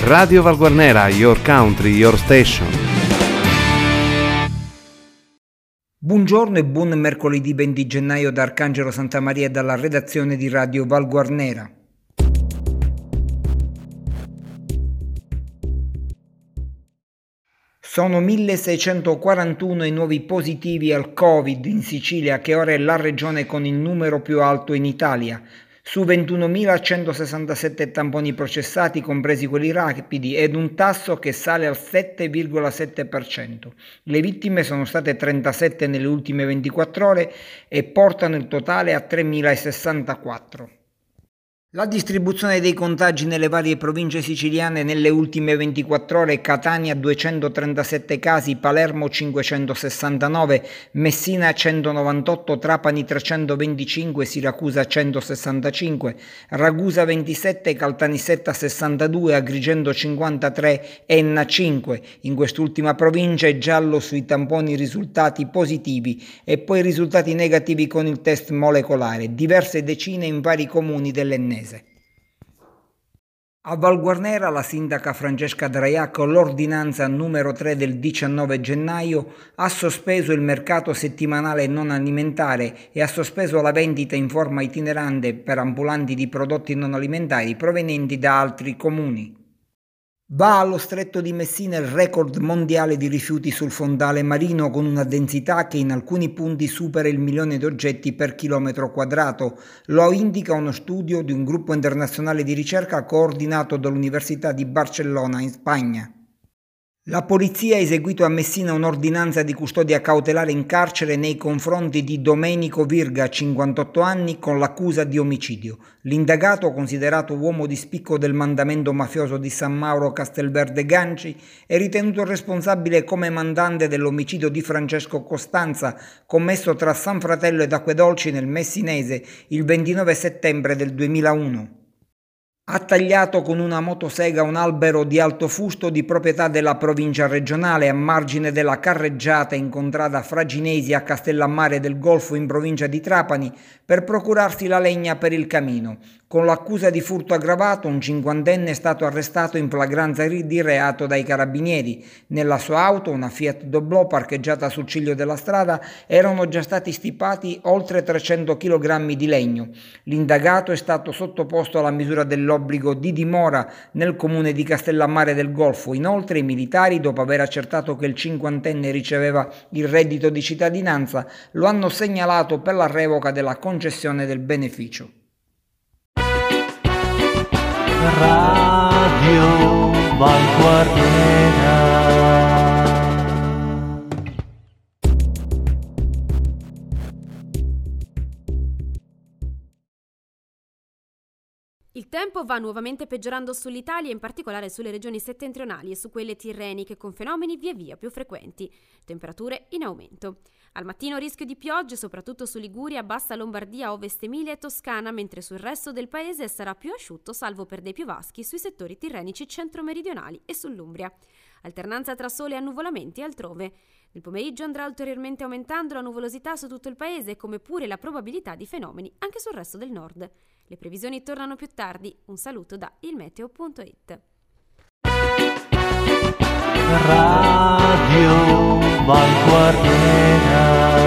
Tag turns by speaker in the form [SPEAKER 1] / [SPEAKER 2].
[SPEAKER 1] Radio Valguarnera, your country, your station.
[SPEAKER 2] Buongiorno e buon mercoledì 20 gennaio da Arcangelo Santamaria e dalla redazione di Radio Valguarnera. Sono 1641 i nuovi positivi al Covid in Sicilia, che ora è la regione con il numero più alto in Italia. Su 21.167 tamponi processati, compresi quelli rapidi, ed un tasso che sale al 7,7%. Le vittime sono state 37 nelle ultime 24 ore e portano il totale a 3.064. La distribuzione dei contagi nelle varie province siciliane nelle ultime 24 ore: Catania 237 casi, Palermo 569, Messina 198, Trapani 325, Siracusa 165, Ragusa 27, Caltanissetta 62, Agrigento 53, Enna 5. In quest'ultima provincia è giallo sui tamponi risultati positivi e poi risultati negativi con il test molecolare, diverse decine in vari comuni dell'Ennese. A Valguarnera la sindaca Francesca Draià, con l'ordinanza numero 3 del 19 gennaio, ha sospeso il mercato settimanale non alimentare e ha sospeso la vendita in forma itinerante per ambulanti di prodotti non alimentari provenienti da altri comuni. Va allo Stretto di Messina il record mondiale di rifiuti sul fondale marino, con una densità che in alcuni punti supera il 1.000.000 di oggetti per chilometro quadrato. Lo indica uno studio di un gruppo internazionale di ricerca coordinato dall'Università di Barcellona in Spagna. La polizia ha eseguito a Messina un'ordinanza di custodia cautelare in carcere nei confronti di Domenico Virga, 58 anni, con l'accusa di omicidio. L'indagato, considerato uomo di spicco del mandamento mafioso di San Mauro Castelverde Ganci, è ritenuto responsabile come mandante dell'omicidio di Francesco Costanza, commesso tra San Fratello ed Acquedolci nel Messinese il 29 settembre del 2001. Ha tagliato con una motosega un albero di alto fusto di proprietà della provincia regionale a margine della carreggiata incontrata fra Ginesi a Castellammare del Golfo in provincia di Trapani per procurarsi la legna per il camino. Con l'accusa di furto aggravato, un cinquantenne è stato arrestato in flagranza di reato dai carabinieri. Nella sua auto, una Fiat Doblò parcheggiata sul ciglio della strada, erano già stati stipati oltre 300 kg di legno. L'indagato è stato sottoposto alla misura dell'obbligo di dimora nel comune di Castellammare del Golfo. Inoltre i militari, dopo aver accertato che il cinquantenne riceveva il reddito di cittadinanza, lo hanno segnalato per la revoca della concessione del beneficio.
[SPEAKER 3] Radio Valguarnera.
[SPEAKER 4] Il tempo va nuovamente peggiorando sull'Italia, in particolare sulle regioni settentrionali e su quelle tirreniche, con fenomeni via via più frequenti. Temperature in aumento. Al mattino rischio di piogge, soprattutto su Liguria, Bassa Lombardia, Ovest Emilia e Toscana, mentre sul resto del paese sarà più asciutto, salvo per dei piovaschi sui settori tirrenici centro-meridionali e sull'Umbria. Alternanza tra sole e annuvolamenti altrove. Nel pomeriggio andrà ulteriormente aumentando la nuvolosità su tutto il paese, come pure la probabilità di fenomeni anche sul resto del nord. Le previsioni tornano più tardi. Un saluto da ilmeteo.it.
[SPEAKER 3] Radio Valguarnera.